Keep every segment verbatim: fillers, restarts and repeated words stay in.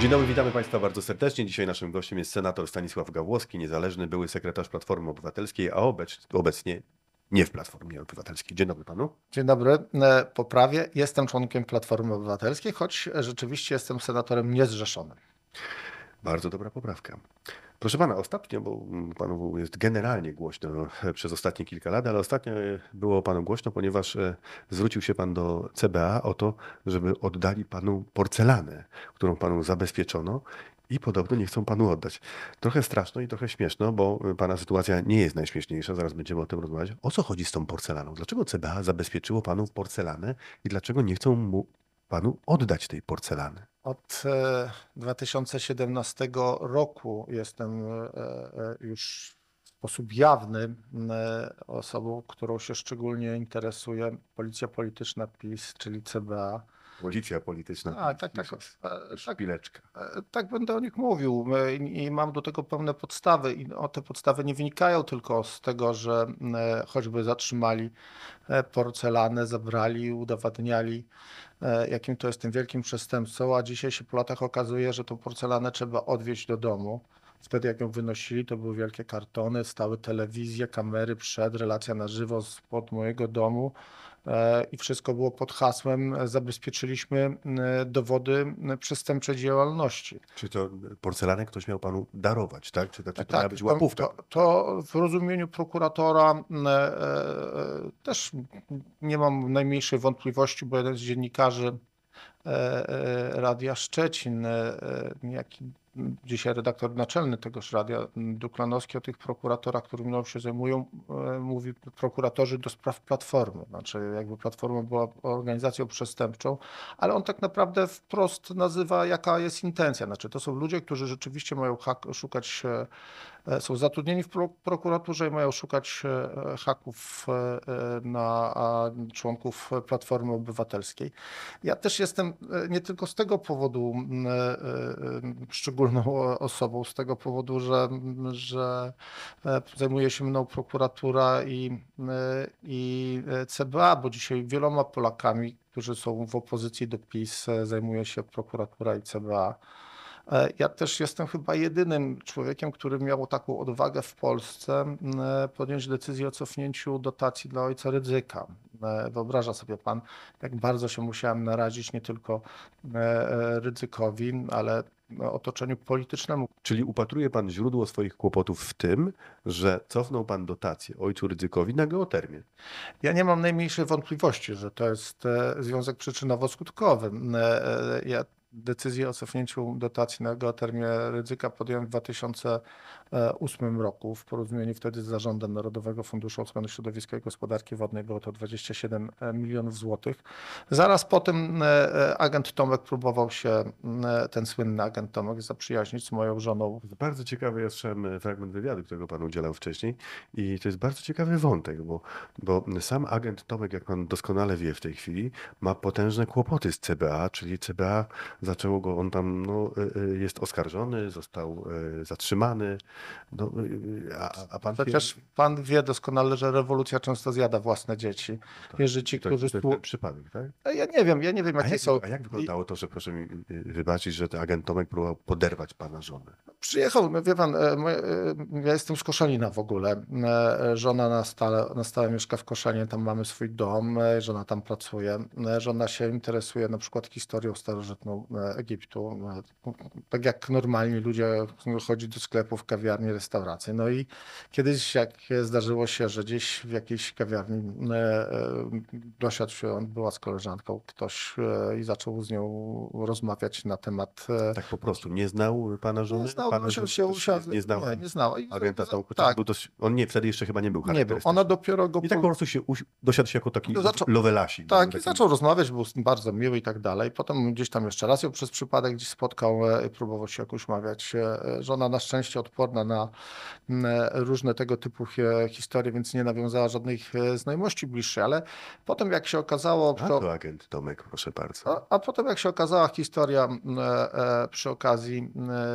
Dzień dobry, witamy Państwa bardzo serdecznie. Dzisiaj naszym gościem jest senator Stanisław Gawłowski, niezależny były sekretarz Platformy Obywatelskiej, a obecz, obecnie nie w Platformie Obywatelskiej. Dzień dobry panu. Dzień dobry. E, Poprawię. Jestem członkiem Platformy Obywatelskiej, choć rzeczywiście jestem senatorem niezrzeszonym. Bardzo dobra poprawka. Proszę pana, ostatnio, bo panu jest generalnie głośno przez ostatnie kilka lat, ale ostatnio było panu głośno, ponieważ e, zwrócił się pan do C B A o to, żeby oddali panu porcelanę, którą panu zabezpieczono i podobno nie chcą panu oddać. Trochę straszno i trochę śmieszno, bo pana sytuacja nie jest najśmieszniejsza, zaraz będziemy o tym rozmawiać. O co chodzi z tą porcelaną? Dlaczego C B A zabezpieczyło panu porcelanę i dlaczego nie chcą mu panu oddać tej porcelany? Od e, dwa tysiące siedemnastego roku jestem e, e, już w sposób jawny e, osobą, którą się szczególnie interesuje Policja Polityczna PiS, czyli C B A. Policja polityczna. A, tak, tak, Jezus, e, tak, szpileczka. e, tak będę o nich mówił e, i i mam do tego pełne podstawy. I o te podstawy nie wynikają tylko z tego, że e, choćby zatrzymali e, porcelanę, zabrali, udowadniali, e, jakim to jest tym wielkim przestępcą, a dzisiaj się po latach okazuje, że tą porcelanę trzeba odwieźć do domu. Wtedy jak ją wynosili, to były wielkie kartony, stały telewizje, kamery przed, relacja na żywo spod mojego domu e, i wszystko było pod hasłem e, zabezpieczyliśmy e, dowody e, przestępczej działalności. Czy to porcelanę ktoś miał panu darować, tak? Czy to, czy to miała Tak, być to, łapówka? to, to w rozumieniu prokuratora e, e, też nie mam najmniejszej wątpliwości, bo jeden z dziennikarzy e, e, Radia Szczecin, e, e, jaki dzisiaj redaktor naczelny tegoż radia, Duklanowski, o tych prokuratorach, którymi mną się zajmują, e, mówi prokuratorzy do spraw Platformy. Znaczy jakby Platforma była organizacją przestępczą, ale on tak naprawdę wprost nazywa, jaka jest intencja. Znaczy to są ludzie, którzy rzeczywiście mają hak, szukać, e, są zatrudnieni w pro, prokuraturze i mają szukać e, haków e, na a, członków Platformy Obywatelskiej. Ja też jestem e, nie tylko z tego powodu e, e, szczególną osobą, z tego powodu, że, że e, zajmuje się mną prokuratura i, e, i C B A, bo dzisiaj wieloma Polakami, którzy są w opozycji do PiS, e, zajmuje się prokuratura i C B A. E, Ja też jestem chyba jedynym człowiekiem, który miał taką odwagę w Polsce m, e, podjąć decyzję o cofnięciu dotacji dla ojca Rydzyka. E, Wyobraża sobie pan, jak bardzo się musiałem narazić nie tylko e, e, Rydzykowi, ale no, otoczeniu politycznemu. Czyli upatruje pan źródło swoich kłopotów w tym, że cofnął pan dotację ojcu Rydzykowi na geotermię. Ja nie mam najmniejszej wątpliwości, że to jest e, związek przyczynowo-skutkowy. E, e, Ja decyzję o cofnięciu dotacji na geotermię Rydzyka podjąłem w dwa tysiące ósmym roku w porozumieniu wtedy z Zarządem Narodowego Funduszu Ochrony Środowiska i Gospodarki Wodnej. Było to dwadzieścia siedem milionów złotych. Zaraz potem e, e, agent Tomek próbował się, e, ten słynny agent Tomek, zaprzyjaźnić z moją żoną. Bardzo ciekawy, ja słyszałem fragment wywiadu, którego pan udzielał wcześniej i to jest bardzo ciekawy wątek, bo, bo sam agent Tomek, jak pan doskonale wie w tej chwili, ma potężne kłopoty z C B A, czyli C B A zaczęło go, on tam no, y, y, jest oskarżony, został y, zatrzymany, no, y, a, a pan Chociaż pan wie doskonale, że rewolucja często zjada własne dzieci. Jeżeli ci, to, którzy... to, to, słu- ten przypadek, tak? A Ja nie wiem, ja nie wiem, A jakie jak, są... a jak wyglądało to, że proszę mi y, wybaczyć, że ten agent Tomek próbował poderwać pana żonę? Przyjechał, no wie pan, e, moje- e, ja jestem z Koszalina w ogóle. E, e, Żona na stale, na stałe mieszka w Koszalinie, tam mamy swój dom, e, żona tam pracuje. E, Żona się interesuje na przykład historią starożytną e, Egiptu. E, Tak jak normalni ludzie chodzi do sklepów, kawiarni, restauracji. No i kiedyś jak zdarzyło się, że gdzieś w jakiejś kawiarni e, e, dosiadł się, on była z koleżanką, ktoś e, i zaczął z nią rozmawiać na temat e, Tak po prostu, nie znał pana żony? nie znał, Pana usiadł żony się, też usiadł, nie znał nie, nie znał. I- agenta Tomka, tak, był dość, on nie, wtedy jeszcze chyba nie był nie był. charakterystyczny. Ona dopiero go... I tak po prostu się usi- dosiadł się jako taki No zaczął- lovelasik. Tak, taki- i zaczął rozmawiać, był bardzo miły i tak dalej. Potem gdzieś tam jeszcze raz ją przez przypadek gdzieś spotkał e, i próbował się jakoś umawiać. E, Żona na szczęście odporna na m, różne tego typu hi- historie, więc nie nawiązała żadnych e, znajomości bliższej, ale potem jak się okazało... A to- to agent Tomek, proszę bardzo. A, a potem jak się okazała historia m, e, e, przy okazji m, e,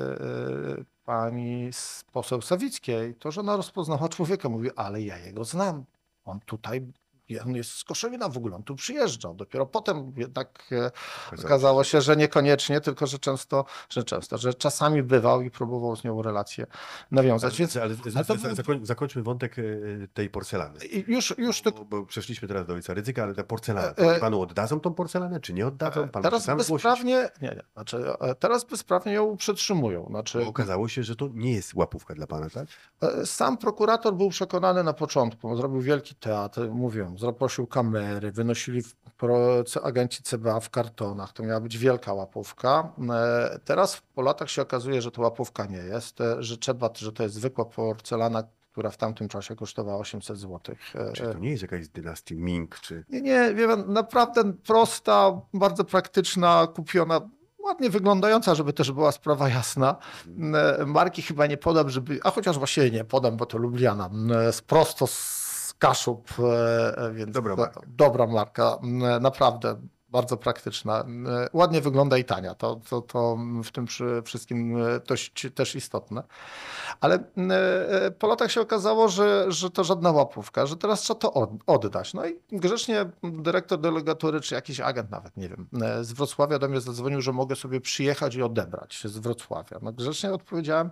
e, pani s- poseł Sawickiej, to że ona rozpoznała człowieka, mówi, ale ja jego znam. On tutaj on jest z Koszalina w ogóle, on tu przyjeżdżał. Dopiero potem jednak e, Okazało okazało się, się, że niekoniecznie, tylko że często, że często, że czasami bywał i próbował z nią relacje nawiązać. Więc Ale, ale, ale to za- był- zakoń, zakończmy wątek e, tej porcelany. i już, już tylko Bo, bo przeszliśmy teraz do ojca Rydzyka, ale ta porcelana, E, to e, panu oddadzą tą porcelanę, czy nie oddadzą? Pan musi teraz sam zgłosić. bezprawnie, nie, nie, znaczy e, teraz bezprawnie ją przetrzymują. Znaczy, Bo okazało się, że to nie jest łapówka dla pana, tak? E, Sam prokurator był przekonany na początku, zrobił wielki teatr, mówiłem, zaprosił kamery, wynosili w- pro- c- agenci C B A w kartonach, to miała być wielka łapówka. E, Teraz po latach się okazuje, że to łapówka nie jest, e, że trzeba, że to jest zwykła porcelana, która w tamtym czasie kosztowała osiemset złotych. Czy to nie jest jakaś z dynastii Ming, czy... Nie, nie, wie pan, naprawdę prosta, bardzo praktyczna, kupiona, ładnie wyglądająca, żeby też była sprawa jasna. E, Marki chyba nie podam, żeby, a chociaż właściwie nie podam, bo to Lubliana, e, z- prosto z Kaszub, e, e, więc Dobra to- marka. dobra marka, e, naprawdę bardzo praktyczna, e, ładnie wygląda i tania, to, to, to w tym przy wszystkim e, dość, też istotne. Ale e, e, po latach się okazało, że, że to żadna łapówka, że teraz trzeba to od- oddać. No i grzecznie dyrektor delegatury, czy jakiś agent nawet, nie wiem, e, z Wrocławia do mnie zadzwonił, że mogę sobie przyjechać i odebrać z Wrocławia. No grzecznie odpowiedziałem,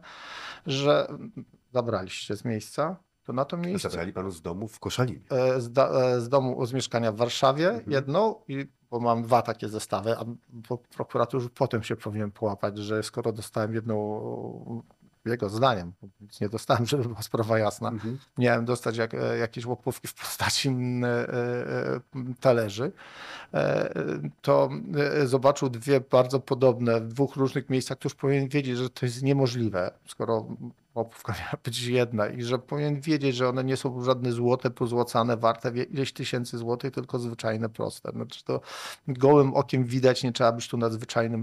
że zabraliście z miejsca, to na to miejsce Zabrali panu z domu w Koszalinie. e, z, da, e, z domu z mieszkania w Warszawie Mhm. jedną, i, bo mam dwa takie zestawy, a po prokuraturze potem się powinien połapać, że skoro dostałem jedną, jego zdaniem, nic nie dostałem, żeby była sprawa jasna, Mhm. miałem dostać jak, e, jakieś łapówki w postaci mm, e, e, talerzy, e, to e, zobaczył dwie bardzo podobne w dwóch różnych miejscach, to już powinien wiedzieć, że to jest niemożliwe, skoro łapówka miała być jedna i że powinien wiedzieć, że one nie są żadne złote, pozłocane, warte wie- ileś tysięcy złotych, tylko zwyczajne, proste. Znaczy to gołym okiem widać, nie trzeba być tu nadzwyczajnym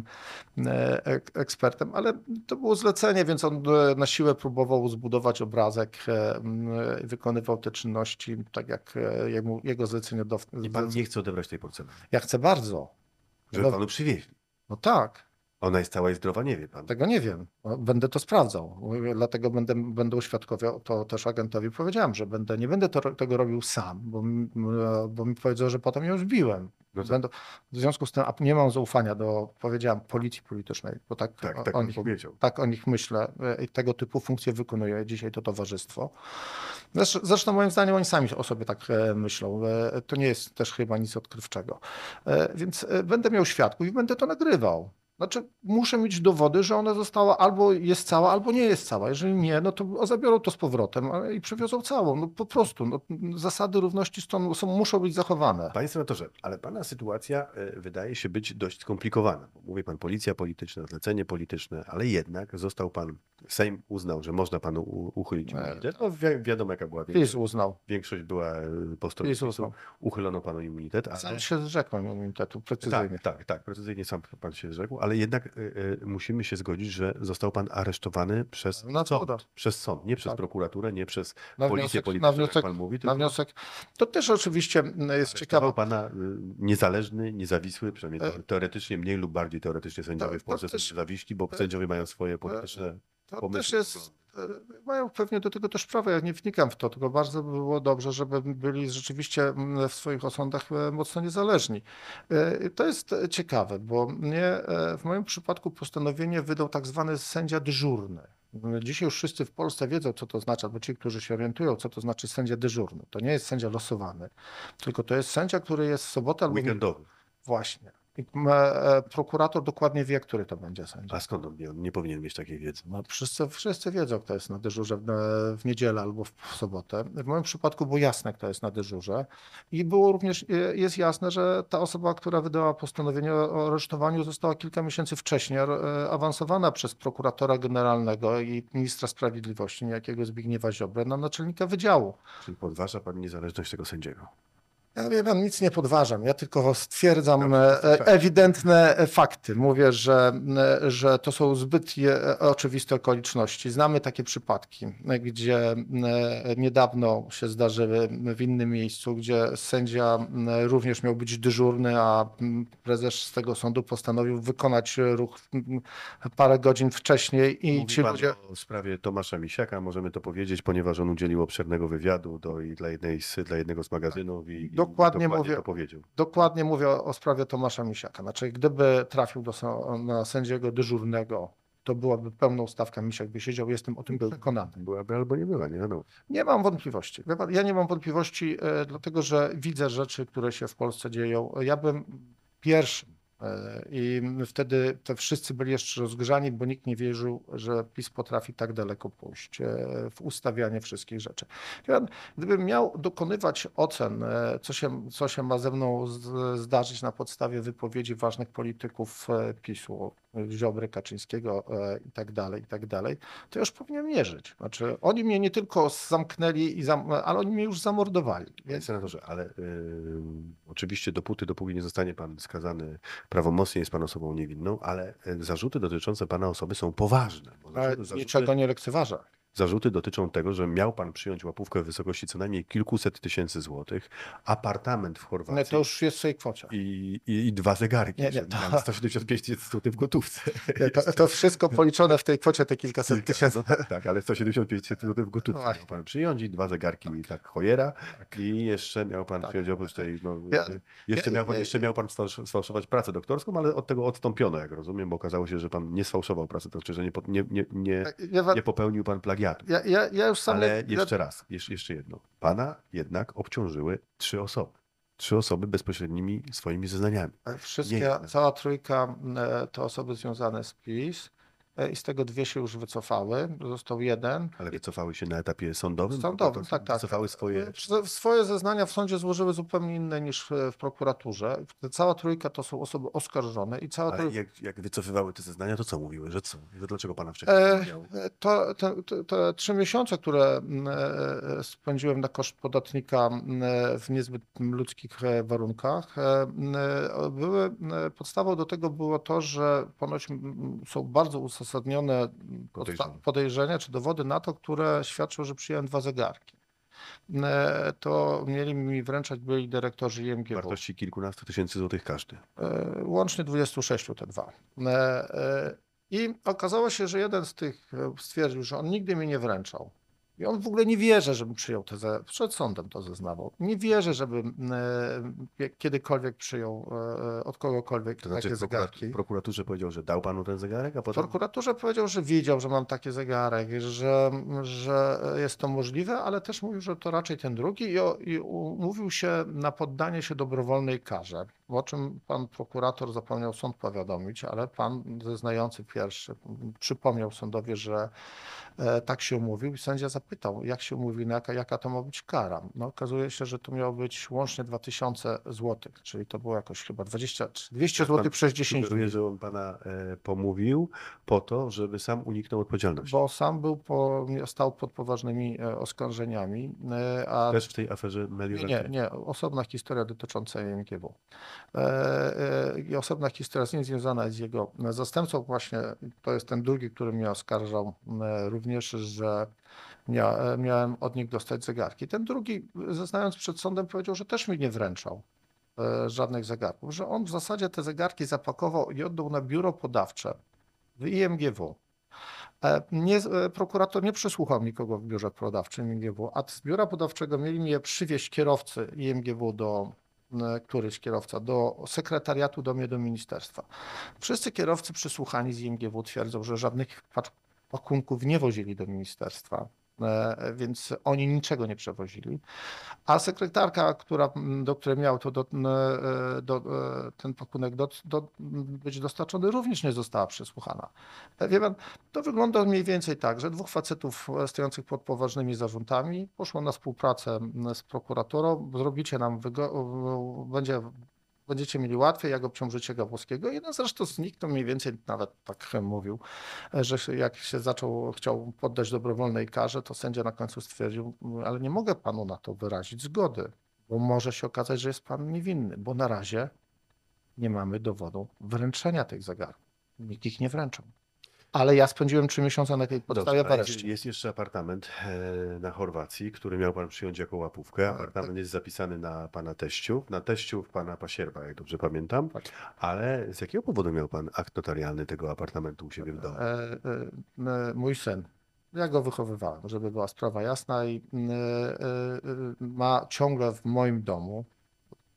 e, ek- ekspertem, ale to było zlecenie, więc on e, na siłę próbował zbudować obrazek, e, m, e, wykonywał te czynności tak jak e, jemu, jego zleceniodawca. I pan nie chce odebrać tej porcelany, Ja chcę bardzo. żeby No, panu przywieźli. no tak. Ona jest cała i zdrowa, nie wie pan. Tego nie wiem. No, będę to sprawdzał. Dlatego będę, będą świadkowie, to też agentowi powiedziałem, że będę, nie będę to, tego robił sam, bo, mi- bo mi powiedział, że potem ją już biłem. No to, Będą, w związku z tym a nie mam zaufania do, powiedziałem, policji politycznej, bo tak, tak, o, tak o pan nich, powiedział. tak o nich myślę e, i tego typu funkcje wykonuje dzisiaj to towarzystwo. Zresztą, zresztą moim zdaniem oni sami o sobie tak e, myślą. E, To nie jest też chyba nic odkrywczego. E, Więc e, będę miał świadków i będę to nagrywał. Znaczy, muszę mieć dowody, że ona została albo jest cała, albo nie jest cała. Jeżeli nie, no to zabiorą to z powrotem a- i przywiozą całą. No po prostu. No, zasady równości stron są, muszą być zachowane. Panie senatorze, ale pana sytuacja e, wydaje się być dość skomplikowana. Bo mówi pan policja polityczna, zlecenie polityczne, ale jednak został pan, Sejm uznał, że można panu u- uchylić E, immunitet. No wi wiadomo jaka była PiS większość. uznał. Większość była e, po stronie PiS PiSu. uznał. Uchylono panu immunitet, ale... Sam się zrzekłem immunitetu, precyzyjnie. Tak, tak, tak, precyzyjnie sam pan się zrzekł, ale jednak y, y, musimy się zgodzić, że został pan aresztowany przez Na sąd, sąd. przez sąd, nie przez Tak. prokuraturę, nie przez Na policję wniosek, polityczną, na wniosek, jak pan mówi, na tylko wniosek. To też oczywiście jest aresztował ciekawe. pana y, niezależny, niezawisły, przynajmniej E, te- teoretycznie, mniej lub bardziej teoretycznie sędziowie to- w Polsce to też- są niezawiści, bo e, sędziowie mają swoje polityczne To pomysły. też jest, e, mają pewnie do tego też prawo, ja nie wnikam w to, tylko bardzo by było dobrze, żeby byli rzeczywiście mm, w swoich osądach e, mocno niezależni. E, To jest e, ciekawe, bo mnie e, w moim przypadku postanowienie wydał tak zwany sędzia dyżurny. Dzisiaj już wszyscy w Polsce wiedzą, co to znaczy, albo ci, którzy się orientują, co to znaczy sędzia dyżurny. To nie jest sędzia losowany, tylko to jest sędzia, który jest w sobotę albo w Weekendowy. Właśnie. I m, e, prokurator dokładnie wie, który to będzie sędzia. A skąd on wie? On nie powinien mieć takiej wiedzy. No, wszyscy, wszyscy wiedzą, kto jest na dyżurze w, w niedzielę albo w, w sobotę. W moim przypadku było jasne, kto jest na dyżurze. I było również, e, jest jasne, że ta osoba, która wydała postanowienie o aresztowaniu, została kilka miesięcy wcześniej e, awansowana przez prokuratora generalnego i ministra sprawiedliwości, niejakiego Zbigniewa Ziobrę, na naczelnika wydziału. Czyli podważa pan niezależność tego sędziego. Ja wie pan, nic nie podważam. Ja tylko stwierdzam Dobrze, e, tak. ewidentne fakty. Mówię, że, e, że to są zbyt je- oczywiste okoliczności. Znamy takie przypadki, e, gdzie e, niedawno się zdarzyły w innym miejscu, gdzie sędzia e, również miał być dyżurny, a m, prezes z tego sądu postanowił wykonać ruch m, parę godzin wcześniej i Mówi ci pan ludzie... o sprawie Tomasza Misiaka, możemy to powiedzieć, ponieważ on udzielił obszernego wywiadu do, i dla, jednej z, dla jednego z magazynów i, i dokładnie dokładnie mówię, to powiedział. dokładnie mówię o, o sprawie Tomasza Misiaka. Znaczy, gdyby trafił do, są- na sędziego dyżurnego, to byłaby pełną stawkę, Misiak by siedział, jestem o tym Był- przekonany. Byłaby albo nie była, nie wiadomo. Nie mam wątpliwości. Wie pan, ja nie mam wątpliwości, e, dlatego że widzę rzeczy, które się w Polsce dzieją. Ja bym pierwszym e, i wtedy to wszyscy byli jeszcze rozgrzani, bo nikt nie wierzył, że PiS potrafi tak daleko pójść e, w ustawianie wszystkich rzeczy. Wie pan, gdybym miał dokonywać ocen, e, co się, co się ma ze mną z, zdarzyć na podstawie wypowiedzi ważnych polityków e, PiSu, Ziobry, Kaczyńskiego e, i tak dalej, i tak dalej, to już powinien mierzyć. Znaczy, oni mnie nie tylko zamknęli, i zam, ale oni mnie już zamordowali. Panie Więc senatorze, ale y, oczywiście dopóty, dopóki nie zostanie pan skazany prawomocnie, jest pan osobą niewinną, ale y, zarzuty dotyczące pana osoby są poważne. Bo ale zarzuty, niczego zarzuty, nie lekceważę. zarzuty dotyczą tego, że miał pan przyjąć łapówkę w wysokości co najmniej kilkuset tysięcy złotych, apartament w Nie, Chorwacji to już jest w tej kwocie. i, i, i dwa zegarki. Nie, nie, że to- mamy sto siedemdziesiąt pięć tysięcy złotych w gotówce. Nie, to, to wszystko policzone w tej kwocie te kilkaset tysięcy. No tak, tak, ale sto siedemdziesiąt pięć tysięcy złotych w gotówce Właśnie. miał pan przyjąć i dwa zegarki tak Hojera i jeszcze miał pan Tak. przyjąć oprócz tej, no, Ja- jeszcze, ja- miał pan, ja- jeszcze miał pan sfałsz- sfałszować pracę doktorską, ale od tego odstąpiono, jak rozumiem, bo okazało się, że pan nie sfałszował pracy doktorskiej, że nie, po- nie, nie, nie, Ja, wa- nie popełnił pan plagiatu. ja, ja, ja już sam... Ale ja- jeszcze raz, jeszcze, jeszcze jedno. Pana jednak obciążyły trzy osoby. Trzy osoby bezpośrednimi swoimi zeznaniami. Wszystkie, Nie. cała trójka e, to osoby związane z PiS e, i z tego dwie się już wycofały. Został jeden. Ale wycofały się na etapie sądowym? Sądowym, tak, tak. Wycofały swoje... Prze- Swoje zeznania w sądzie złożyły zupełnie inne niż w, w prokuraturze. Cała trójka to są osoby oskarżone i cała Ale trójka... jak, jak wycofywały te zeznania, to co mówiły? Że co? Że dlaczego pana wcześniej E, nie miało? To, to, to, te trzy miesiące, które mm, e, spędziłem na koszt podatnika mm, e, w niezbyt ludzkich e, warunkach, e, mm, e, były, mm, podstawą do tego było to, że ponoć mm, są bardzo uzasadnione mm, podsta- Podejrzenia. podejrzenia czy dowody na to, które świadczą, że przyjąłem dwa zegarki. E, To mieli mi wręczać byli dyrektorzy I M G W. Wartości kilkunastu tysięcy złotych każdy. E, Łącznie dwudziestu sześciu te dwa. E, e, I okazało się, że jeden z tych e, stwierdził, że on nigdy mi nie wręczał. I on w ogóle nie wierzy, żebym przyjął te, ze- przed sądem to zeznawał. Nie wierzy, żebym e, kiedykolwiek przyjął e, od kogokolwiek To znaczy takie w prokurat- zegarki. w prokuraturze powiedział, że dał panu ten zegarek, a W potem... prokuraturze powiedział, że wiedział, że mam taki zegarek, że, że jest to możliwe, ale też mówił, że to raczej ten drugi i, o- i umówił się na poddanie się dobrowolnej karze, o czym pan prokurator zapomniał sąd powiadomić, ale pan zeznający pierwszy przypomniał sądowi, że e, tak się umówił i sędzia zapytał, jak się umówi, jaka, jaka to ma być kara. No, okazuje się, że to miało być łącznie dwa tysiące złotych, czyli to było jakoś chyba dwadzieścia, czy dwieście Tak, pan złotych przez dziesięć dni. Sugeruję, że on pana e, pomówił po to, żeby sam uniknął odpowiedzialności. Bo sam był po, stał pod poważnymi e, oskarżeniami, e, a Też w tej aferze nie, Melior. nie, nie, osobna historia dotycząca I M G W. E, e, I osobna historia z nim związana z jego zastępcą właśnie, to jest ten drugi, który mnie oskarżał e, również, że mia, e, miałem od nich dostać zegarki. Ten drugi, zeznając przed sądem, powiedział, że też mi nie wręczał e, żadnych zegarków, że on w zasadzie te zegarki zapakował i oddał na biuro podawcze w I M G W. E, Nie, e, prokurator nie przesłuchał nikogo w biurze podawczym I M G W, a z biura podawczego mieli mnie przywieźć kierowcy I M G W do, e, któryś kierowca, do sekretariatu, do mnie, do ministerstwa. Wszyscy kierowcy przesłuchani z I M G W twierdzą, że żadnych pac- pakunków nie wozili do ministerstwa, e, więc oni niczego nie przewozili. A sekretarka, która, do której miał to do, e, do, e, ten pakunek do, do, być dostarczony, również nie została przesłuchana. E, Wie pan, to wygląda mniej więcej tak, że dwóch facetów e, stojących pod poważnymi zarzutami poszło na współpracę m, z prokuraturą, zrobicie nam, wygo- będzie, będziecie mieli łatwiej, jak obciążycie Gawłowskiego. Jeden zresztą z nich to mniej więcej nawet tak mówił, e, że się- jak się zaczął, chciał poddać dobrowolnej karze, to sędzia na końcu stwierdził, ale nie mogę panu na to wyrazić zgody, bo może się okazać, że jest pan niewinny, bo na razie nie mamy dowodu wręczenia tych zegarków. Nikt ich nie wręczał. Ale ja spędziłem trzy miesiące na tej podstawie w Dobrze, a jest, areszcie. jest jeszcze apartament e, na Chorwacji, który miał pan przyjąć jako łapówkę. Apartament jest zapisany na pana teściów, na teściów pana Pasierba, jak dobrze pamiętam. Tak. Ale z jakiego powodu miał pan akt notarialny tego apartamentu u siebie w domu? E, e, e, Mój syn, ja go wychowywałem, żeby była sprawa jasna i e, e, e, ma ciągle w moim domu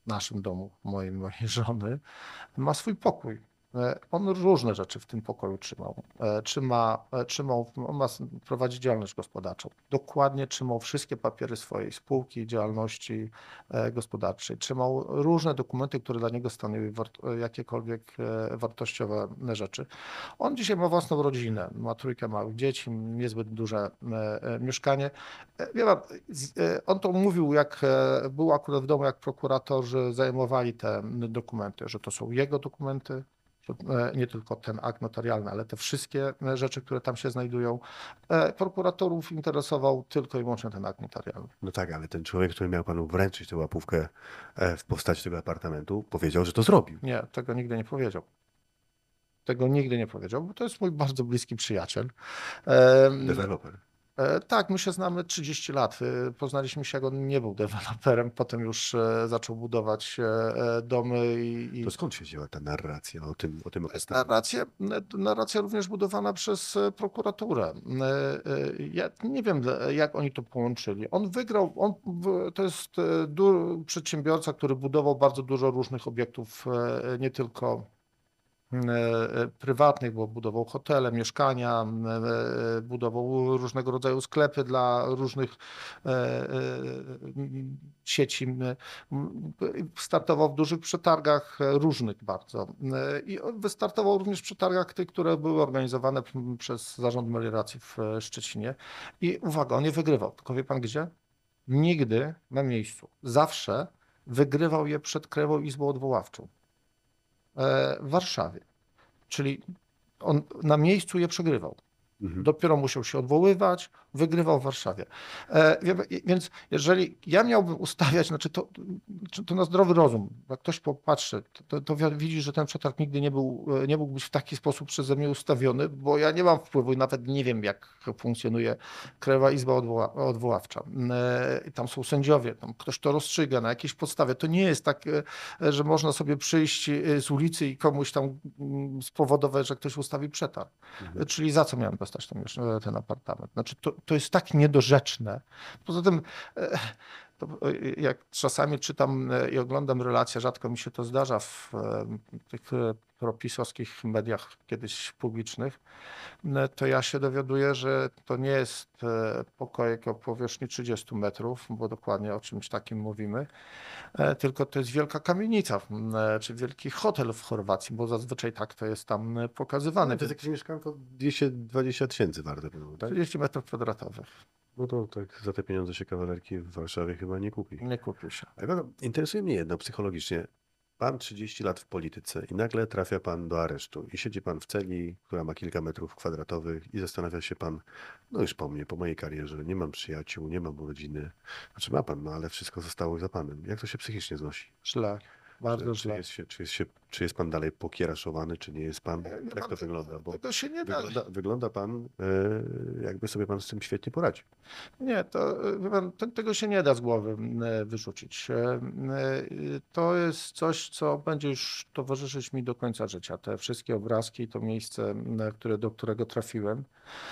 naszym domu, mojej, mojej żony, ma swój pokój. E, On różne rzeczy w tym pokoju trzymał. E, Trzyma, e, trzymał, on ma, s- prowadzi działalność gospodarczą. Dokładnie trzymał wszystkie papiery swojej spółki, działalności e, gospodarczej. Trzymał różne dokumenty, które dla niego stanowiły wart, e, jakiekolwiek e, wartościowe rzeczy. On dzisiaj ma własną rodzinę, ma trójkę małych dzieci, niezbyt duże e, e, mieszkanie. E, Wie pan, z- e, on to mówił, jak e, był akurat w domu, jak prokuratorzy zajmowali te dokumenty, że to są jego dokumenty, że, e, nie tylko ten akt notarialny, ale te wszystkie e, rzeczy, które tam się znajdują. E, Prokuratorów interesował tylko i wyłącznie ten akt notarialny. No tak, ale ten człowiek, który miał panu wręczyć tę łapówkę e, w postaci tego apartamentu, powiedział, że to zrobił. Nie, tego nigdy nie powiedział. Tego nigdy nie powiedział, bo to jest mój bardzo bliski przyjaciel. E, Deweloper. E, Tak, my się znamy trzydzieści lat. E, Poznaliśmy się, jak on nie był deweloperem, potem już e, zaczął budować e, e, domy i, i To skąd się wzięła ta narracja o tym, o tym to jest apartamencie? narracja, narracja również budowana przez e, prokuraturę. E, e, Ja nie wiem, dla- jak oni to połączyli. On wygrał, on, w- to jest e, du, przedsiębiorca, który budował bardzo dużo różnych obiektów, e, nie tylko e, prywatnych, bo budował hotele, mieszkania, e, budował różnego rodzaju sklepy dla różnych e, e, sieci. M, Startował w dużych przetargach, e, różnych bardzo. E, I on wystartował również w przetargach tych, które były organizowane m, przez Zarząd Melioracji w e, Szczecinie. I uwaga, on nie wygrywał. Tylko wie pan gdzie? Nigdy na miejscu. Zawsze wygrywał je przed Krajową Izbą Odwoławczą e, w Warszawie. Czyli on na miejscu je przegrywał. Mhm. Dopiero musiał się odwoływać, wygrywał w Warszawie. E, wie- Więc jeżeli ja miałbym ustawiać, znaczy to, czy to na zdrowy rozum, jak ktoś popatrzy, to, to wi- widzi, że ten przetarg nigdy nie, był, e, nie mógł być w taki sposób przeze mnie ustawiony, bo ja nie mam wpływu i nawet nie wiem, jak funkcjonuje Krajowa Izba Odwoła, Odwoławcza. E, i Tam są sędziowie, tam ktoś to rozstrzyga na jakiejś podstawie. To nie jest tak, e, że można sobie przyjść e, z ulicy i komuś tam mm, spowodować, że ktoś ustawi przetarg. Mhm. Czyli za co miałem dostać ten, miesz- ten apartament? Znaczy, to, to jest tak niedorzeczne. Poza tym, e, to, e, jak czasami czytam e, i oglądam relacje, rzadko mi się to zdarza w e, tych e, propisowskich mediach kiedyś publicznych, e, to ja się dowiaduję, że to nie jest e, pokojek o powierzchni trzydziestu metrów, bo dokładnie o czymś takim mówimy, e, tylko to jest wielka kamienica, m, e, czy wielki hotel w Chorwacji, bo zazwyczaj tak to jest tam e, pokazywane. To jest jakieś mieszkanko dwieście dwadzieścia tysięcy warte było, tak? trzydzieści metrów kwadratowych. No to tak za te pieniądze się kawalerki w Warszawie chyba nie kupi. Nie kupił się. Ale pan, interesuje mnie jedno psychologicznie. Pan trzydzieści lat w polityce i nagle trafia pan do aresztu i siedzi pan w celi, która ma kilka metrów kwadratowych i zastanawia się pan, no już po mnie, po mojej karierze, nie mam przyjaciół, nie mam rodziny. Znaczy ma pan, no ale wszystko zostało za panem. Jak to się psychicznie znosi? Źle, Czy, bardzo czy, źle. jest się, czy, jest się, czy jest pan dalej pokieraszowany, czy nie jest pan? Jak to wygląda? Bo Tego się nie da. wygląda, wygląda pan, e, jakby sobie pan z tym świetnie poradził. Nie, to, e, wie pan, te- tego się nie da z głowy e, wyrzucić. E, e, To jest coś, co będzie już towarzyszyć mi do końca życia. Te wszystkie obrazki, to miejsce, m, które, do którego trafiłem.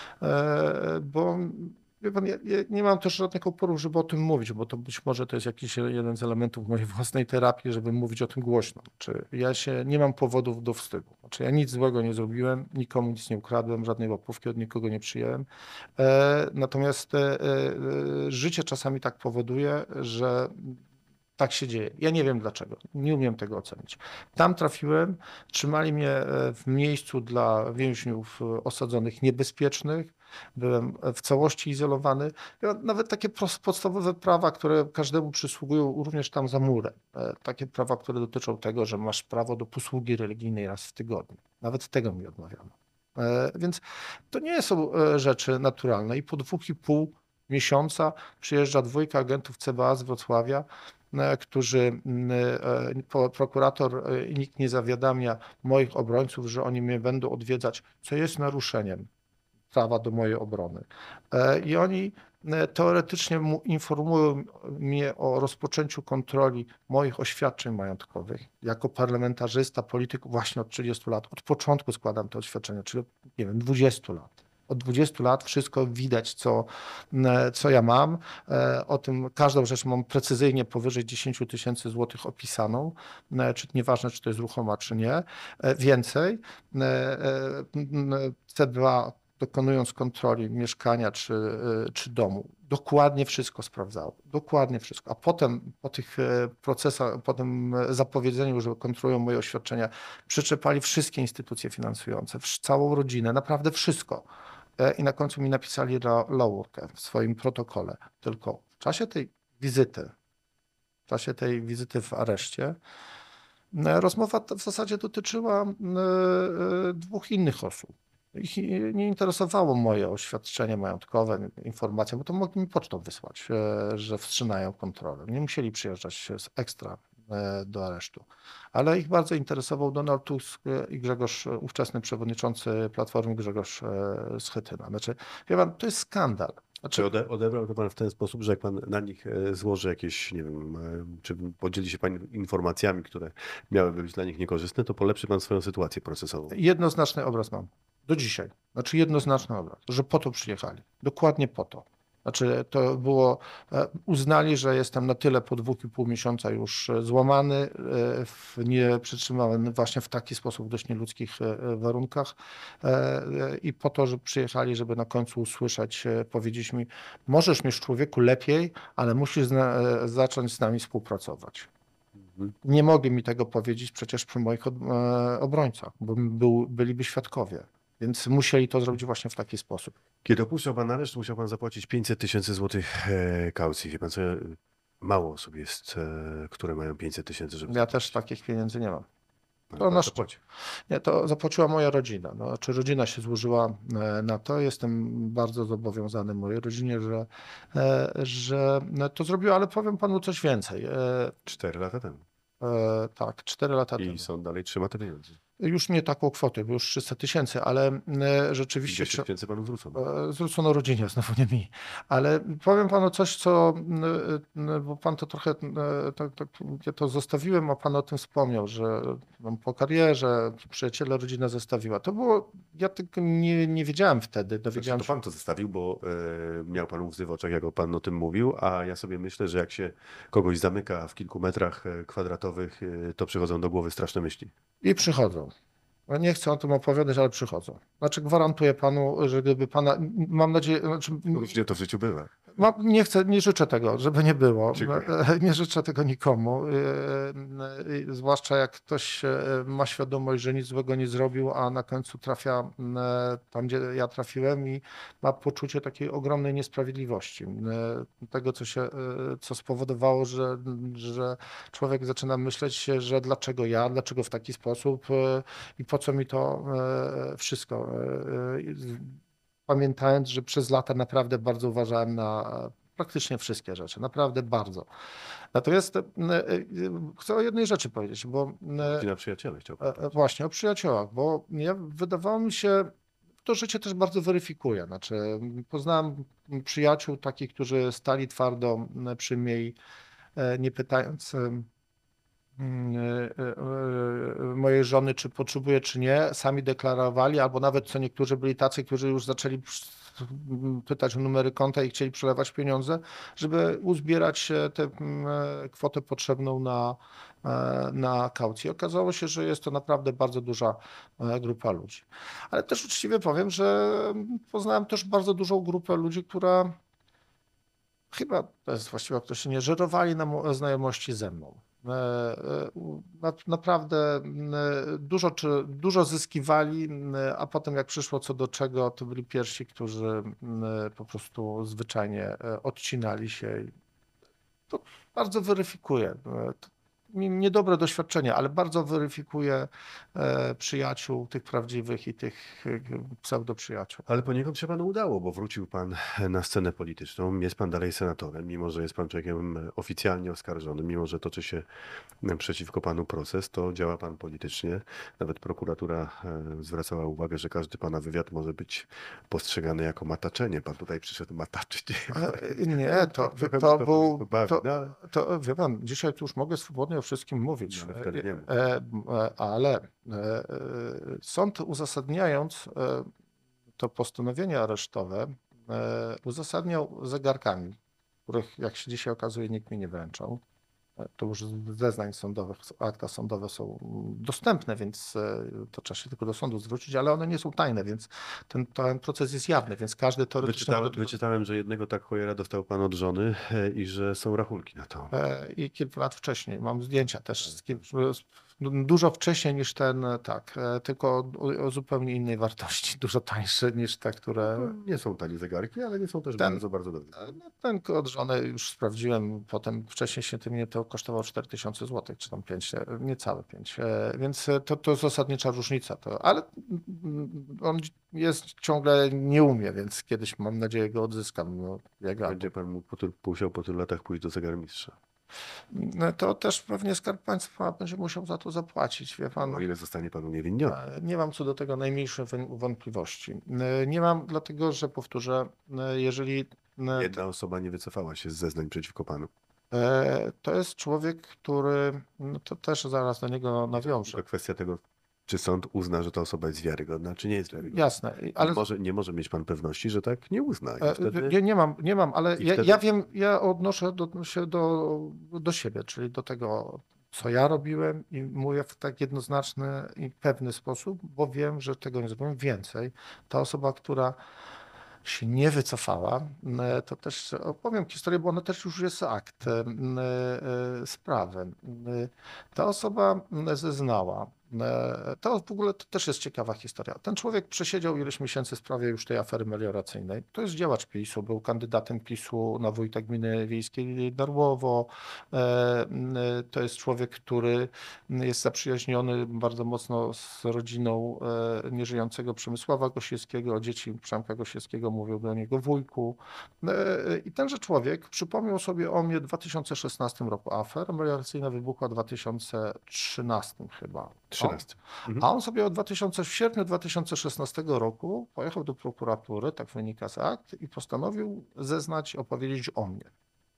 E, Bo wie pan, ja, ja nie mam też żadnych oporów, żeby o tym mówić, bo to być może to jest jakiś jeden z elementów mojej własnej terapii, żeby mówić o tym głośno. Czy ja się nie mam powodów do wstydu. Znaczy ja nic złego nie zrobiłem, nikomu nic nie ukradłem, żadnej łapówki od nikogo nie przyjęłem. E, Natomiast e, e, życie czasami tak powoduje, że tak się dzieje. Ja nie wiem dlaczego. Nie umiem tego ocenić. Tam trafiłem, trzymali mnie e, w miejscu dla więźniów e, osadzonych niebezpiecznych. Byłem w całości izolowany. Ja nawet takie pros- podstawowe prawa, które każdemu przysługują, również tam za murem. E, Takie prawa, które dotyczą tego, że masz prawo do posługi religijnej raz w tygodniu. Nawet tego mi odmawiano. E, Więc to nie są e, rzeczy naturalne. I po dwóch i pół miesiąca przyjeżdża dwójka agentów C B A z Wrocławia, e, którzy, m, e, po- prokurator e, i nikt nie zawiadamia moich obrońców, że oni mnie będą odwiedzać, co jest naruszeniem prawa do mojej obrony. E, I oni e, teoretycznie mu- informują mnie o rozpoczęciu kontroli moich oświadczeń majątkowych. Jako parlamentarzysta, polityk właśnie od trzydziestu lat, od początku składam te oświadczenia, czyli nie wiem, dwudziestu lat. Od dwudziestu lat wszystko widać, co, e, co ja mam. E, O tym każdą rzecz mam precyzyjnie powyżej dziesięć tysięcy złotych opisaną, e, czy nieważne, czy to jest ruchoma, czy nie. E, Więcej. E, e, m, C B A dokonując kontroli mieszkania czy, e, czy domu, dokładnie wszystko sprawdzało. Dokładnie wszystko. A potem po tych e, procesach, po tym e, zapowiedzeniu, że kontrolują moje oświadczenia, przyczepali wszystkie instytucje finansujące, wsz- całą rodzinę, naprawdę wszystko. E, I na końcu mi napisali la- laurkę w swoim protokole. Tylko w czasie tej wizyty, w czasie tej wizyty w areszcie, e, rozmowa ta w zasadzie dotyczyła e, e, dwóch innych osób. Ich nie interesowało moje oświadczenie majątkowe, informacje, bo to mogli mi pocztą wysłać, e, że wstrzymają kontrolę. Nie musieli przyjeżdżać z ekstra e, do aresztu. Ale ich bardzo interesował Donald Tusk i Grzegorz, ówczesny przewodniczący Platformy Grzegorz e, Schetyna. Znaczy, wie pan, to jest skandal. Czy Znaczy, ode, odebrał to pan w ten sposób, że jak pan na nich e, złoży jakieś, nie wiem, e, czy podzieli się pan informacjami, które miałyby być dla nich niekorzystne, to polepszy pan swoją sytuację procesową. jednoznaczny obraz mam. Do dzisiaj. Znaczy jednoznaczny obraz, że po to przyjechali. Dokładnie po to. Znaczy to było, e, uznali, że jestem na tyle po dwóch i pół miesiąca już e, złamany, e, w, nie przytrzymałem właśnie w taki sposób w dość nieludzkich e, warunkach e, e, i po to, że przyjechali, żeby na końcu usłyszeć, e, powiedzieć mi, możesz mieć człowieku lepiej, ale musisz zna, e, zacząć z nami współpracować. Mhm. Nie mogli mi tego powiedzieć przecież przy moich od- e, obrońcach, bo był, byliby świadkowie. Więc musieli to zrobić właśnie w taki sposób. Kiedy opuszczał pan areszt, musiał pan zapłacić pięćset tysięcy złotych e, kaucji. Wie pan co, e, mało osób jest, e, które mają pięćset tysięcy, żeby Ja też zapłacić. takich pieniędzy nie mam. Ale to pan na zapłacił. Nie, to zapłaciła moja rodzina. No, czy rodzina się złożyła e, na to? Jestem bardzo zobowiązany mojej rodzinie, że, e, że to zrobiła, ale powiem panu coś więcej. E, Cztery lata temu. e, Tak, cztery lata temu. I sąd dalej trzyma te pieniądze. Już nie taką kwotę, bo już trzysta tysięcy, ale e, rzeczywiście dwieście tysięcy panu zwrócono. E, zwrócono rodzinie, znowu nie mi. Ale powiem panu coś, co, e, e, bo pan to trochę, e, tak, tak, ja to zostawiłem, a pan o tym wspomniał, że no, po karierze przyjaciele rodzina zostawiła. To było, ja tego nie, nie wiedziałem wtedy, Znaczy, dowiedziałem to się. pan to zostawił, bo e, miał pan łzy w oczach, jak pan o tym mówił, a ja sobie myślę, że jak się kogoś zamyka w kilku metrach e, kwadratowych, e, to przychodzą do głowy straszne myśli. I przychodzą. Ja nie chcę o tym opowiadać, ale przychodzą. Znaczy gwarantuję panu, że gdyby pana, mam nadzieję, znaczy, Różnie to w życiu bywa. Mam, nie chcę, nie życzę tego, żeby nie było. Dziękuję. Nie życzę tego nikomu. Yy, yy, Zwłaszcza jak ktoś yy, ma świadomość, że nic złego nie zrobił, a na końcu trafia yy, tam, gdzie ja trafiłem i ma poczucie takiej ogromnej niesprawiedliwości. Yy, Tego, co się, yy, co spowodowało, że, że człowiek zaczyna myśleć, że dlaczego ja, dlaczego w taki sposób yy, i po co mi to yy, wszystko. Yy, Pamiętając, że przez lata naprawdę bardzo uważałem na praktycznie wszystkie rzeczy, naprawdę bardzo. Natomiast e, e, chcę o jednej rzeczy powiedzieć, bo e, Rodzina przyjaciele chciał pan e, powiedzieć. właśnie o przyjaciołach, bo ja, wydawało mi się, to życie też bardzo weryfikuje. Znaczy, poznałem przyjaciół takich, którzy stali twardo przy mnie i e, nie pytając e, e, e, mojej żony, czy potrzebuje, czy nie, sami deklarowali, albo nawet co niektórzy byli tacy, którzy już zaczęli pytać o numery konta i chcieli przelewać pieniądze, żeby uzbierać tę kwotę potrzebną na, e, na kaucję. Okazało się, że jest to naprawdę bardzo duża e, grupa ludzi. Ale też uczciwie powiem, że poznałem też bardzo dużą grupę ludzi, która chyba, to jest właściwe określenie, żerowali na mo- znajomości ze mną. E, e, na- Naprawdę e, dużo, czy, dużo zyskiwali, e, a potem jak przyszło co do czego, to byli pierwsi, którzy e, po prostu zwyczajnie e, odcinali się. I to bardzo weryfikuje. E, to mi- Niedobre doświadczenie, ale bardzo weryfikuje e, przyjaciół, tych prawdziwych i tych e, pseudoprzyjaciół. Ale poniekąd się panu udało, bo wrócił pan na scenę polityczną. Jest pan dalej senatorem, mimo że jest pan człowiekiem oficjalnie oskarżonym, mimo że toczy się przeciwko panu proces, to działa pan politycznie. Nawet prokuratura e, zwracała uwagę, że każdy pana wywiad może być postrzegany jako mataczenie. Pan tutaj przyszedł mataczyć. E, Nie, to, Trochę to mnie był. bawi, To, no, ale- to wie pan, dzisiaj tu już mogę swobodnie o wszystkim mówić, No, ale wtedy nie E, e, ale e, e, sąd uzasadniając e, to postanowienie aresztowe e, uzasadniał zegarkami, których, jak się dzisiaj okazuje, nikt mi nie wręczał. E, To już z zeznań sądowych, akta sądowe są dostępne, więc e, to trzeba się tylko do sądu zwrócić, ale one nie są tajne, więc ten, ten proces jest jawny, więc każdy teoretycznie... Wyczytałem, może tego- wyczytałem, że jednego tak hojera dostał pan od żony e, i że są rachunki na to. E, I kilka lat wcześniej. Mam zdjęcia też z kim, z- dużo wcześniej niż ten, e, tak, e, tylko o, o zupełnie innej wartości, dużo tańsze niż te, które. Nie są tanie zegarki, ale nie są też Ten- bardzo, bardzo dobre. e, No, ten od żony już sprawdziłem, potem wcześniej się tym nie to kosztowało cztery tysiące złotych, czy tam pięć, niecałe pięć, więc e, to, to jest zasadnicza różnica. To, ale mm, on jest ciągle nie umie, więc kiedyś mam nadzieję go odzyskam. No, jak Będzie pan mógł po tylu, musiał po tylu latach pójść do zegarmistrza. No to też pewnie Skarb Państwa będzie musiał za to zapłacić, wie pan. O ile zostanie pan uniewinniony. E, Nie mam co do tego najmniejszej wą- wątpliwości. E, Nie mam, dlatego że powtórzę, e, jeżeli e, Jedna osoba nie wycofała się z zeznań przeciwko panu. e, to jest człowiek, który, no to też zaraz do niego nawiążę. To kwestia tego, czy sąd uzna, że ta osoba jest wiarygodna, czy nie jest wiarygodna. Jasne, ale Nie może, nie może mieć pan pewności, że tak nie uzna. I e, wtedy nie, nie mam, nie mam, ale i ja, wtedy- ja wiem, ja odnoszę do, się do, do siebie, czyli do tego, co ja robiłem i mówię w tak jednoznaczny i pewny sposób, bo wiem, że tego nie zrobiłem. Więcej, ta osoba, która się nie wycofała, e, to też opowiem historię, bo ona też już jest akt e, e, sprawy. E, Ta osoba zeznała. E, To w ogóle to też jest ciekawa historia. Ten człowiek przesiedział ileś miesięcy w sprawie już tej afery melioracyjnej. To jest działacz PiSu, był kandydatem PiSu na wójta gminy wiejskiej Darłowo. E, e, To jest człowiek, który jest zaprzyjaźniony bardzo mocno z rodziną e, nieżyjącego Przemysława Gosiewskiego. Dzieci Przemka Gosiewskiego mówią do niego wujku. E, I tenże człowiek przypomniał sobie o mnie w dwa tysiące szesnastym roku. Afera melioracyjna wybuchła w dwa tysiące trzynastym chyba. trzynaście. Mhm. A on sobie od dwa tysiące, w sierpniu dwa tysiące szesnastego roku pojechał do prokuratury, tak wynika z akt, i postanowił zeznać, opowiedzieć o mnie.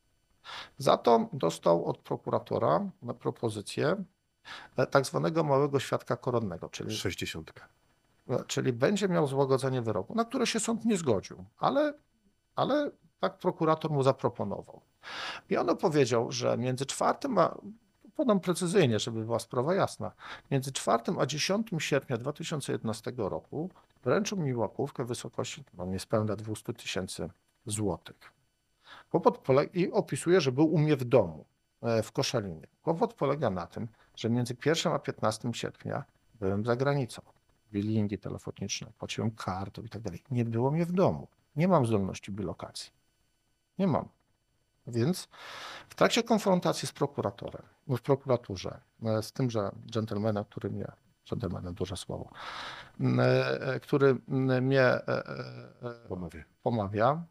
Za to dostał od prokuratora na propozycję e, tak zwanego małego świadka koronnego, czyli, Sześćdziesiątka. e, czyli będzie miał złagodzenie wyroku, na które się sąd nie zgodził, ale, ale tak prokurator mu zaproponował. I on opowiedział, że między czwartym a, podam precyzyjnie, żeby była sprawa jasna, między czwartym a dziesiątym sierpnia dwa tysiące jedenastego roku wręczył mi łapówkę w wysokości no, niespełna dwieście tysięcy złotych. Kłopot polega, i opisuje, że był u mnie w domu e, w Koszalinie. Kłopot polega na tym, że między pierwszym a piętnastym sierpnia byłem za granicą. Bilingi telefoniczne, płaciłem kartą i tak dalej. Nie było mnie w domu. Nie mam zdolności bilokacji. Nie mam. Więc w trakcie konfrontacji z prokuratorem, w prokuraturze, e, z tymże dżentelmenem, który mnie, dżentelmenem duże słowo, m, e, który m, mnie e, e, e, Pomawia. pomawia,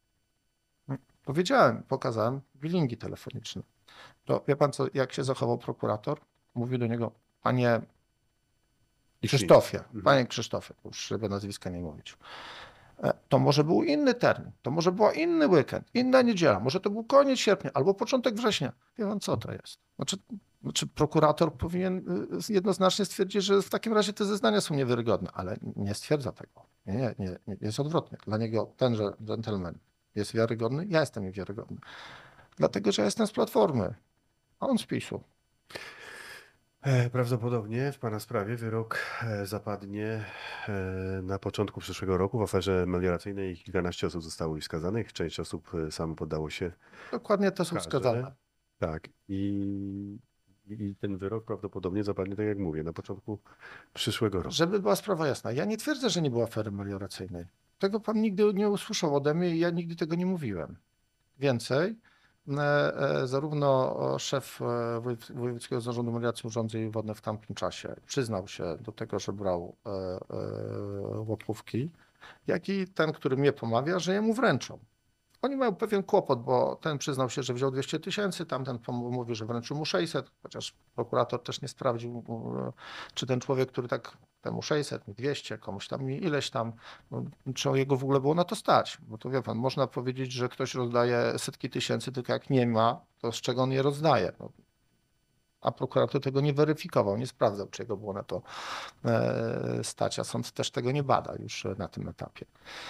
powiedziałem, pokazałem bilingi telefoniczne. To wie pan co, jak się zachował prokurator? Mówił do niego, panie Krzysztofie, Mhm. panie Krzysztofie, już żeby nazwiska nie mówić. E, To może był inny termin, to może był inny weekend, inna niedziela, może to był koniec sierpnia albo początek września. Wie pan co to jest? Znaczy, znaczy prokurator powinien y, jednoznacznie stwierdzić, że w takim razie te zeznania są niewiarygodne, ale nie stwierdza tego. Nie, nie, nie, nie, jest odwrotnie. Dla niego tenże gentleman jest wiarygodny, ja jestem niewiarygodny. Dlatego, że ja jestem z Platformy, a on z PiSu. E, Prawdopodobnie w pana sprawie wyrok e, zapadnie e, na początku przyszłego roku. W aferze melioracyjnej kilkanaście osób zostało już skazanych. Część osób e, samo poddało się. Dokładnie to są Karze. wskazane. Tak. I, I ten wyrok prawdopodobnie zapadnie, tak jak mówię, na początku przyszłego roku. Żeby była sprawa jasna, ja nie twierdzę, że nie było afery melioracyjnej. Tego pan nigdy nie usłyszał ode mnie i ja nigdy tego nie mówiłem. Więcej, e, e, zarówno szef e, woj- Wojewódzkiego Zarządu Melioracji Urządzeń Wodnych w tamtym czasie przyznał się do tego, że brał e, e, łapówki, jak i ten, który mnie pomawia, że jemu wręczą. Oni mają pewien kłopot, bo ten przyznał się, że wziął dwieście tysięcy, tamten pom- mówi, że wręczył mu sześćset, chociaż prokurator też nie sprawdził, e, czy ten człowiek, który tak temu sześćset, mi dwieście, komuś tam mi ileś tam, no, czy jego w ogóle było na to stać. Bo to wie pan, można powiedzieć, że ktoś rozdaje setki tysięcy, tylko jak nie ma, to z czego on je rozdaje. No, a prokurator tego nie weryfikował, nie sprawdzał, czy jego było na to e, stać, a sąd też tego nie bada już na tym etapie.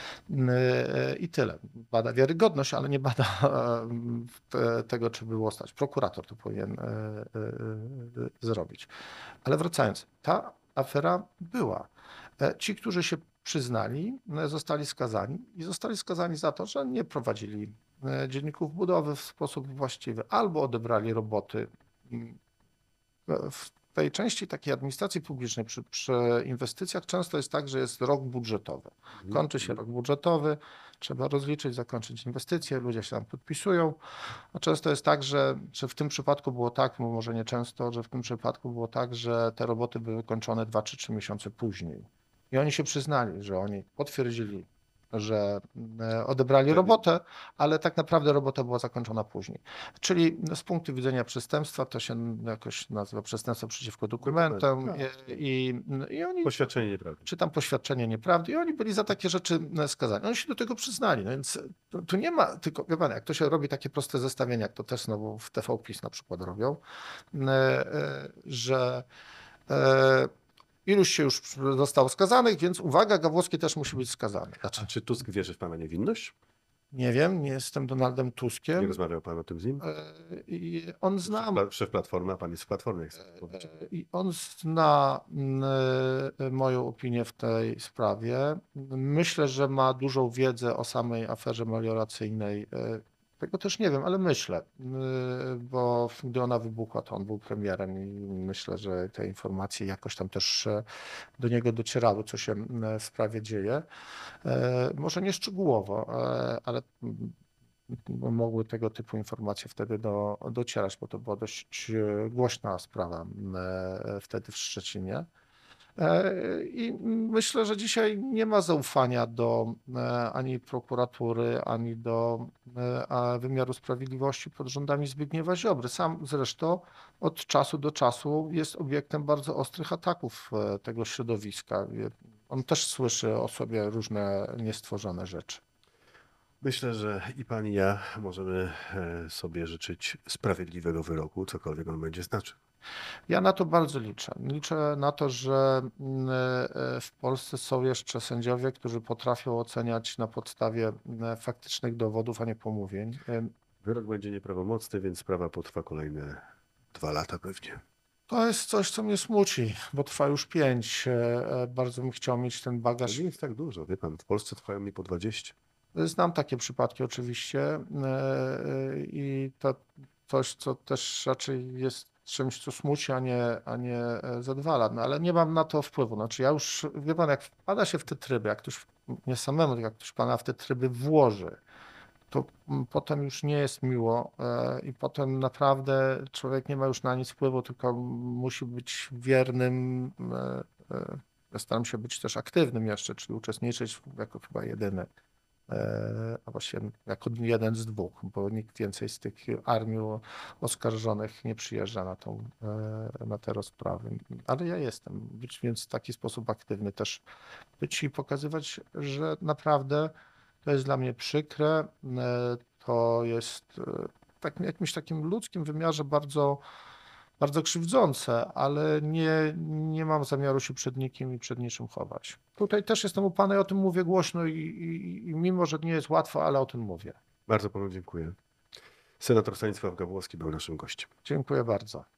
E, I tyle. Bada wiarygodność, ale nie bada e, te- tego, czy było stać. Prokurator to powinien e, e, e, zrobić. Ale wracając, ta afera była. E, Ci, którzy się przyznali, e, zostali skazani i zostali skazani za to, że nie prowadzili e, dzienników budowy w sposób właściwy albo odebrali roboty. Mm, e, W tej części takiej administracji publicznej przy, przy inwestycjach często jest tak, że jest rok budżetowy. Kończy się rok budżetowy, trzeba rozliczyć, zakończyć inwestycje, ludzie się tam podpisują. A często jest tak, że, że w tym przypadku było tak, no może nie często, że w tym przypadku było tak, że te roboty były kończone dwa czy trzy miesiące później. I oni się przyznali, że oni potwierdzili, że e, odebrali Wtedy- robotę, ale tak naprawdę robota była zakończona później. Czyli no, z punktu widzenia przestępstwa to się jakoś nazywa przestępstwo przeciwko dokumentom Dokument, i, i, i oni Poświadczenie nieprawdy. czy tam poświadczenie nieprawdy i oni byli za takie rzeczy e, skazani. Oni się do tego przyznali, no więc tu, tu nie ma, tylko wie pan, jak to się robi takie proste zestawienia, jak to też znowu w T V PiS na przykład robią, e, e, że e, iluś się już zostało skazanych, więc uwaga, Gawłowski też musi być skazany. Znaczy, A czy Tusk wierzy w pana niewinność? nie wiem, nie jestem Donaldem Nie Tuskiem. rozmawiał pan o tym z nim? e, I on zna Szef, Pla- szef Platformy, a pan jest w Platformie. jak chcę powiedzieć. I on zna mm, e, moją opinię w tej sprawie. Myślę, że ma dużą wiedzę o samej aferze melioracyjnej. E, Tego też nie wiem, ale myślę, e, bo gdy ona wybuchła, to on był premierem i myślę, że te informacje jakoś tam też e, do niego docierały, co się mm, w sprawie dzieje. E, Może nie szczegółowo, e, ale mm, mogły tego typu informacje wtedy do, docierać, bo to była dość e, głośna sprawa m, e, wtedy w Szczecinie. E, I myślę, że dzisiaj nie ma zaufania do e, ani prokuratury, ani do e, a wymiaru sprawiedliwości pod rządami Zbigniewa Ziobry. Sam zresztą od czasu do czasu jest obiektem bardzo ostrych ataków e, tego środowiska. E, On też słyszy o sobie różne niestworzone rzeczy. Myślę, że i pan i ja możemy e, sobie życzyć sprawiedliwego wyroku, cokolwiek on będzie znaczył. Ja na to bardzo liczę. Liczę na to, że mm, e, w Polsce są jeszcze sędziowie, którzy potrafią oceniać na podstawie mm, faktycznych dowodów, a nie pomówień. E, Wyrok będzie nieprawomocny, więc sprawa potrwa kolejne dwa lata pewnie. To jest coś, co mnie smuci, bo trwa już pięć. E, e, Bardzo bym chciał mieć ten To bagaż. nie jest tak dużo, wie pan, w Polsce trwają mi po dwadzieścia. Znam takie przypadki oczywiście e, e, i to coś, co też raczej jest czymś, co smuci, a nie, a nie e, zadowala. No, ale nie mam na to wpływu. Znaczy ja już, wie pan, jak wpada się w te tryby, jak ktoś, nie samemu, tylko jak ktoś pana w te tryby włoży, to mm, potem już nie jest miło e, i potem naprawdę człowiek nie ma już na nic wpływu, tylko musi być wiernym. e, e, Ja staram się być też aktywnym jeszcze, czyli uczestniczyć jako chyba jedyny, e, a właściwie jako jeden z dwóch, bo nikt więcej z tych armii oskarżonych nie przyjeżdża na, tą, e, na te rozprawy. Ale ja jestem, być więc w taki sposób aktywny też być i pokazywać, że naprawdę to jest dla mnie przykre, e, to jest e, w takim, jakimś takim ludzkim wymiarze bardzo, bardzo krzywdzące, ale nie, nie mam zamiaru się przed nikim i przed niczym chować. Tutaj też jestem u Pana i o tym mówię głośno i, i, i mimo, że nie jest łatwo, ale o tym mówię. Bardzo panu dziękuję. Senator Stanisław Gawłowski był naszym gościem. Dziękuję bardzo.